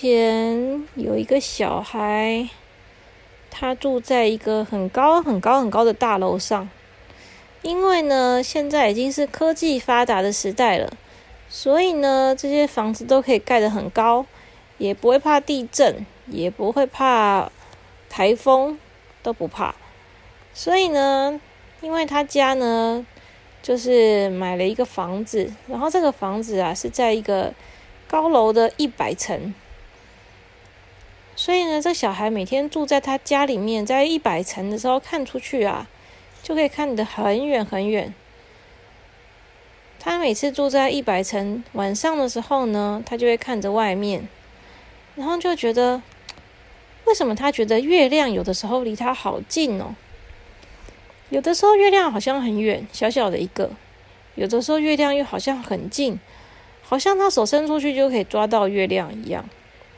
前有一个小孩，他住在一个很高很高很高的大楼上。因为呢，现在已经是科技发达的时代了，所以呢，这些房子都可以盖得很高，也不会怕地震，也不会怕台风，都不怕。所以呢，因为他家呢，就是买了一个房子，然后这个房子啊是在一个高楼的100层。所以呢，这小孩每天住在他家里面，在100层的时候看出去啊，就可以看得很远很远。他每次住在100层，晚上的时候呢，他就会看着外面，然后就觉得，为什么他觉得月亮有的时候离他好近哦？有的时候月亮好像很远，小小的一个；有的时候月亮又好像很近，好像他手伸出去就可以抓到月亮一样。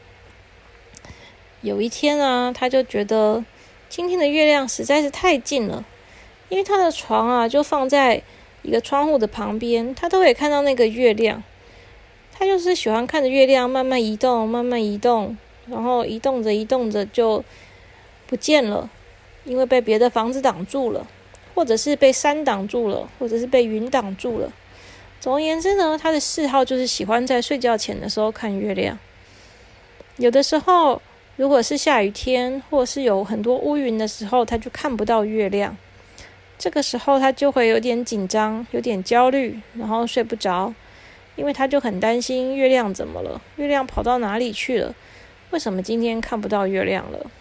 有一天啊，他就觉得今天的月亮实在是太近了，因为他的床啊就放在一个窗户的旁边，他都可以看到那个月亮。他就是喜欢看着月亮慢慢移动，慢慢移动，然后移动着移动着就不见了，因为被别的房子挡住了，或者是被山挡住了，或者是被云挡住了。总而言之呢，他的嗜好就是喜欢在睡觉前的时候看月亮。有的时候如果是下雨天，或是有很多乌云的时候，他就看不到月亮。这个时候他就会有点紧张，有点焦虑，然后睡不着，因为他就很担心月亮怎么了，月亮跑到哪里去了，为什么今天看不到月亮了。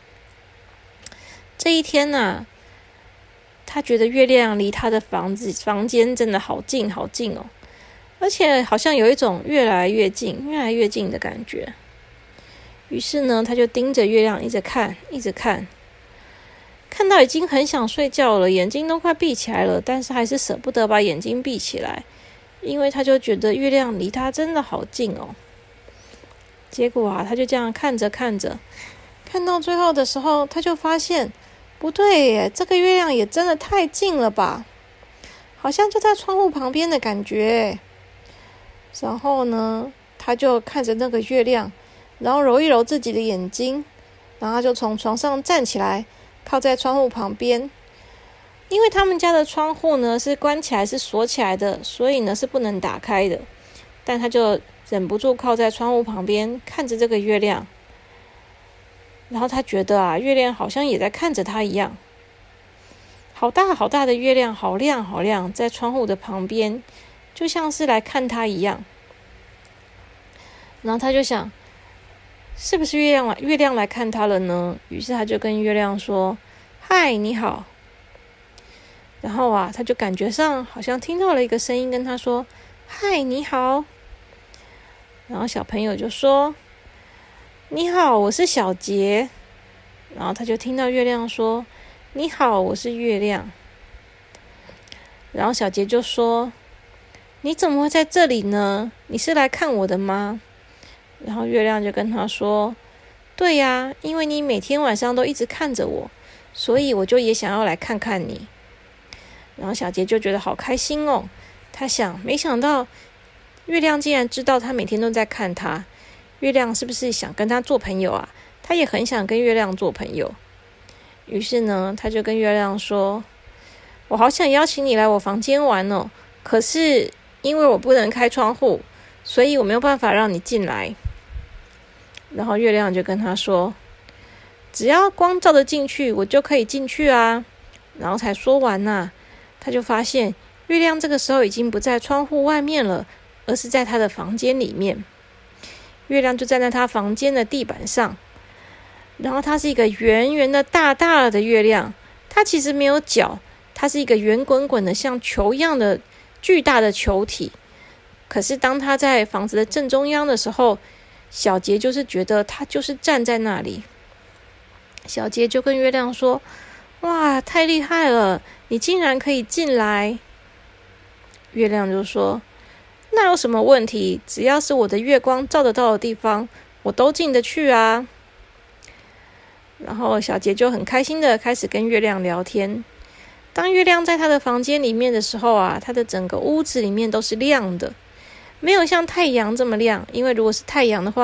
这一天啊，他觉得月亮离他的房间真的好近好近哦，而且好像有一种越来越近越来越近的感觉。于是呢，他就盯着月亮一直看一直看，看到已经很想睡觉了，眼睛都快闭起来了，但是还是舍不得把眼睛闭起来，因为他就觉得月亮离他真的好近哦。结果啊，他就这样看着看着，看到最后的时候，他就发现不对耶，这个月亮也真的太近了吧，好像就在窗户旁边的感觉。然后呢，他就看着那个月亮，然后揉一揉自己的眼睛，然后就从床上站起来，靠在窗户旁边。因为他们家的窗户呢是关起来，是锁起来的，所以呢是不能打开的。但他就忍不住靠在窗户旁边，看着这个月亮。然后他觉得啊，月亮好像也在看着他一样。好大好大的月亮，好亮好亮，在窗户的旁边，就像是来看他一样。然后他就想，是不是月亮来看他了呢？于是他就跟月亮说：“嗨，你好。”然后啊，他就感觉上好像听到了一个声音跟他说：“嗨，你好。”然后小朋友就说：“你好，我是小杰。”然后他就听到月亮说：“你好，我是月亮。”然后小杰就说：“你怎么会在这里呢？你是来看我的吗？”然后月亮就跟他说：“对呀，因为你每天晚上都一直看着我，所以我就也想要来看看你。”然后小杰就觉得好开心哦，他想，没想到月亮竟然知道他每天都在看他，月亮是不是想跟他做朋友啊？他也很想跟月亮做朋友。于是呢，他就跟月亮说：“我好想邀请你来我房间玩哦，可是因为我不能开窗户，所以我没有办法让你进来。”然后月亮就跟他说：“只要光照得进去，我就可以进去啊。”然后才说完啊，他就发现月亮这个时候已经不在窗户外面了，而是在他的房间里面。月亮就站在他房间的地板上，然后它是一个圆圆的大大的月亮，它其实没有角，它是一个圆滚滚的像球一样的巨大的球体。可是当他在房子的正中央的时候，小杰就是觉得他就是站在那里。小杰就跟月亮说：“哇，太厉害了，你竟然可以进来。”月亮就说：“那有什么问题？只要是我的月光照得到的地方，我都进得去啊。”然后小杰就很开心的开始跟月亮聊天。当月亮在他的房间里面的时候啊，他的整个屋子里面都是亮的，没有像太阳这么亮，因为如果是太阳的话，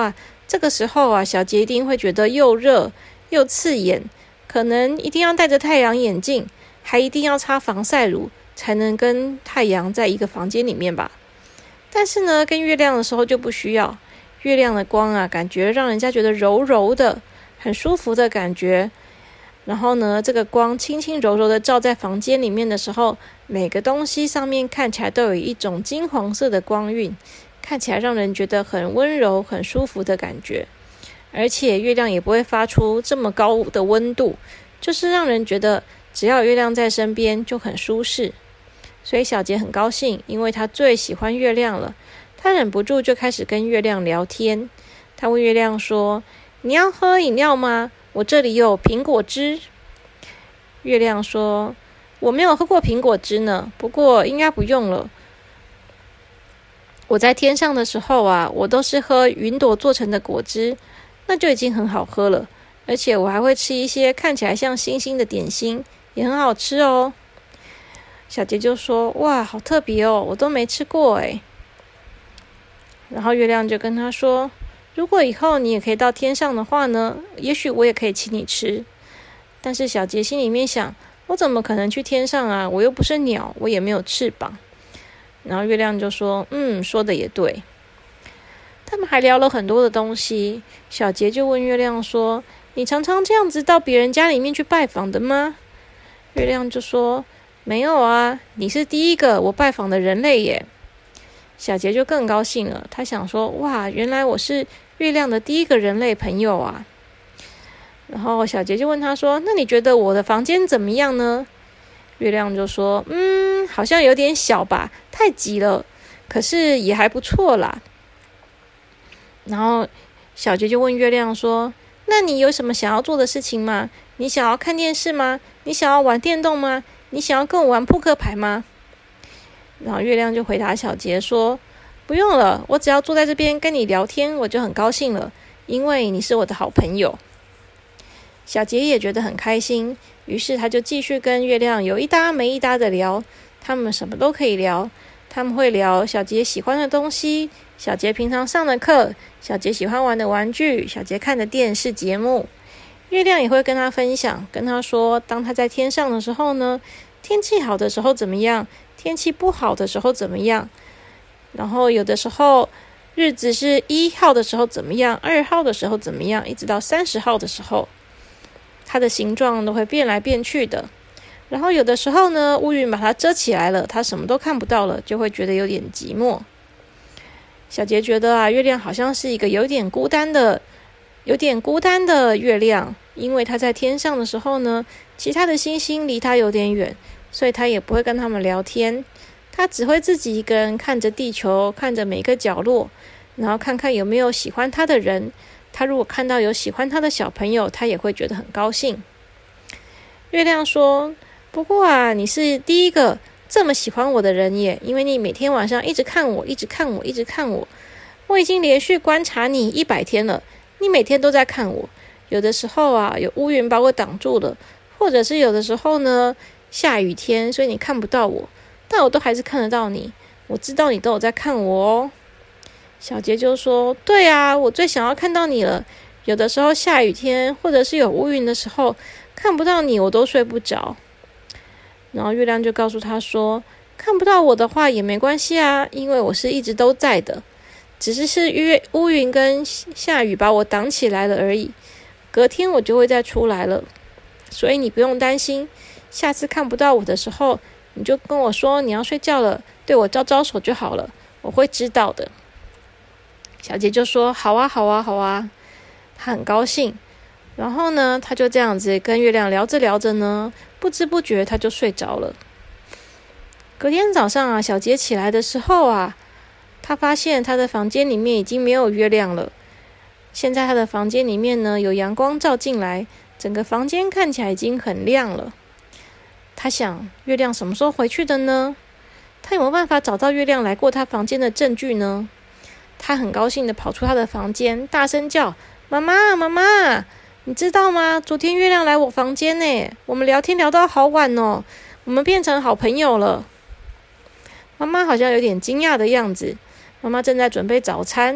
这个时候啊，小杰一定会觉得又热又刺眼，可能一定要戴着太阳眼镜，还一定要擦防晒乳，才能跟太阳在一个房间里面吧。但是呢，跟月亮的时候就不需要，月亮的光啊，感觉让人家觉得柔柔的，很舒服的感觉。然后呢，这个光轻轻柔柔的照在房间里面的时候，每个东西上面看起来都有一种金黄色的光晕，看起来让人觉得很温柔很舒服的感觉。而且月亮也不会发出这么高的温度，就是让人觉得只要有月亮在身边就很舒适。所以小杰很高兴，因为他最喜欢月亮了，他忍不住就开始跟月亮聊天。他问月亮说，你要喝饮料吗？我这里有苹果汁。月亮说，我没有喝过苹果汁呢，不过应该不用了。我在天上的时候啊，我都是喝云朵做成的果汁，那就已经很好喝了。而且我还会吃一些看起来像星星的点心，也很好吃哦。小杰就说，哇，好特别哦，我都没吃过诶。然后月亮就跟他说，如果以后你也可以到天上的话呢，也许我也可以请你吃。但是小杰心里面想，我怎么可能去天上啊？我又不是鸟，我也没有翅膀。然后月亮就说，说的也对。他们还聊了很多的东西。小杰就问月亮说，你常常这样子到别人家里面去拜访的吗？月亮就说，没有啊，你是第一个我拜访的人类耶。小杰就更高兴了，他想说，哇，原来我是月亮的第一个人类朋友啊。然后小杰就问他说，那你觉得我的房间怎么样呢？月亮就说，好像有点小吧，太挤了，可是也还不错啦。然后小杰就问月亮说，那你有什么想要做的事情吗？你想要看电视吗？你想要玩电动吗？你想要跟我玩扑克牌吗？然后月亮就回答小杰说，不用了，我只要坐在这边跟你聊天，我就很高兴了，因为你是我的好朋友。小杰也觉得很开心，于是他就继续跟月亮有一搭没一搭的聊，他们什么都可以聊。他们会聊小杰喜欢的东西，小杰平常上的课，小杰喜欢玩的玩具，小杰看的电视节目。月亮也会跟他分享，跟他说，当他在天上的时候呢，天气好的时候怎么样，天气不好的时候怎么样，然后有的时候日子是1号的时候怎么样，2号的时候怎么样，一直到30号的时候，它的形状都会变来变去的。然后有的时候呢，乌云把它遮起来了，它什么都看不到了，就会觉得有点寂寞。小杰觉得啊，月亮好像是一个有点孤单的月亮，因为它在天上的时候呢，其他的星星离它有点远，所以他也不会跟他们聊天，他只会自己一个人看着地球，看着每个角落，然后看看有没有喜欢他的人。他如果看到有喜欢他的小朋友，他也会觉得很高兴。月亮说，不过啊，你是第一个这么喜欢我的人耶，因为你每天晚上一直看我，一直看我，一直看我。我已经连续观察你100天了，你每天都在看我。有的时候啊，有乌云把我挡住了，或者是有的时候呢，下雨天，所以你看不到我，但我都还是看得到你。我知道你都有在看我哦。小杰就说，对啊，我最想要看到你了。有的时候下雨天，或者是有乌云的时候，看不到你我都睡不着。然后月亮就告诉他说，看不到我的话也没关系啊，因为我是一直都在的，只是乌云跟下雨把我挡起来了而已，隔天我就会再出来了，所以你不用担心，下次看不到我的时候，你就跟我说你要睡觉了，对我招招手就好了，我会知道的。小杰就说，好啊好啊好啊，他很高兴。然后呢，他就这样子跟月亮聊着聊着呢，不知不觉他就睡着了。隔天早上啊，小杰起来的时候啊，他发现他的房间里面已经没有月亮了。现在他的房间里面呢，有阳光照进来，整个房间看起来已经很亮了。他想，月亮什么时候回去的呢？他有没有办法找到月亮来过他房间的证据呢？他很高兴的跑出他的房间，大声叫，妈妈妈妈，你知道吗？昨天月亮来我房间呢，我们聊天聊到好晚哦，我们变成好朋友了。妈妈好像有点惊讶的样子。妈妈正在准备早餐，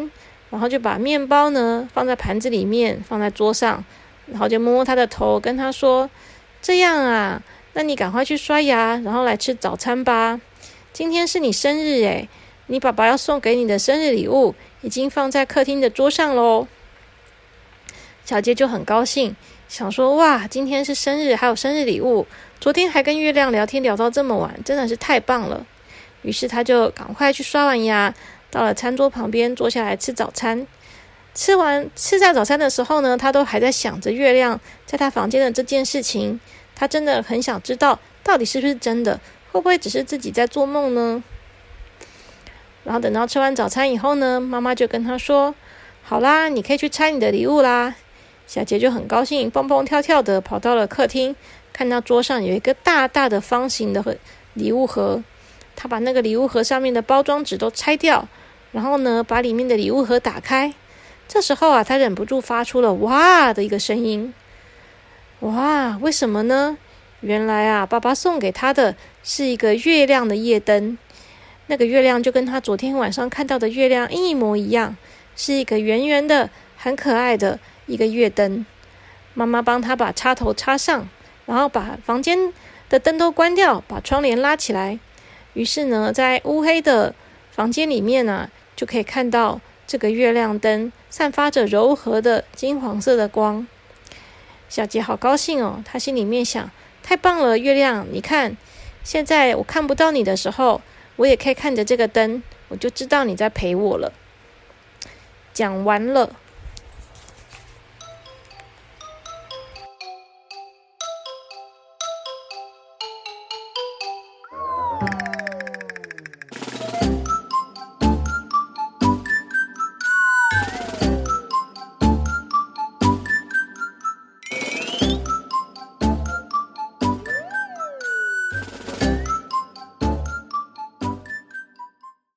然后就把面包呢放在盘子里面，放在桌上，然后就摸摸他的头，跟他说：这样啊，那你赶快去刷牙，然后来吃早餐吧。今天是你生日诶，你爸爸要送给你的生日礼物已经放在客厅的桌上咯。小杰就很高兴，想说哇，今天是生日，还有生日礼物，昨天还跟月亮聊天聊到这么晚，真的是太棒了。于是他就赶快去刷完牙，到了餐桌旁边坐下来吃早餐。吃下早餐的时候呢，他都还在想着月亮在他房间的这件事情，他真的很想知道到底是不是真的，会不会只是自己在做梦呢？然后等到吃完早餐以后呢，妈妈就跟他说：好啦，你可以去拆你的礼物啦。小杰就很高兴，蹦蹦跳跳的跑到了客厅，看到桌上有一个大大的方形的礼物盒。他把那个礼物盒上面的包装纸都拆掉，然后呢，把里面的礼物盒打开。这时候啊，他忍不住发出了哇的一个声音。哇，为什么呢？原来啊，爸爸送给他的是一个月亮的夜灯。那个月亮就跟他昨天晚上看到的月亮一模一样，是一个圆圆的很可爱的一个月灯。妈妈帮他把插头插上，然后把房间的灯都关掉，把窗帘拉起来。于是呢，在乌黑的房间里面呢，就可以看到这个月亮灯散发着柔和的金黄色的光。小杰好高兴哦，他心里面想：太棒了，月亮，你看，现在我看不到你的时候，我也可以看着这个灯，我就知道你在陪我了。讲完了。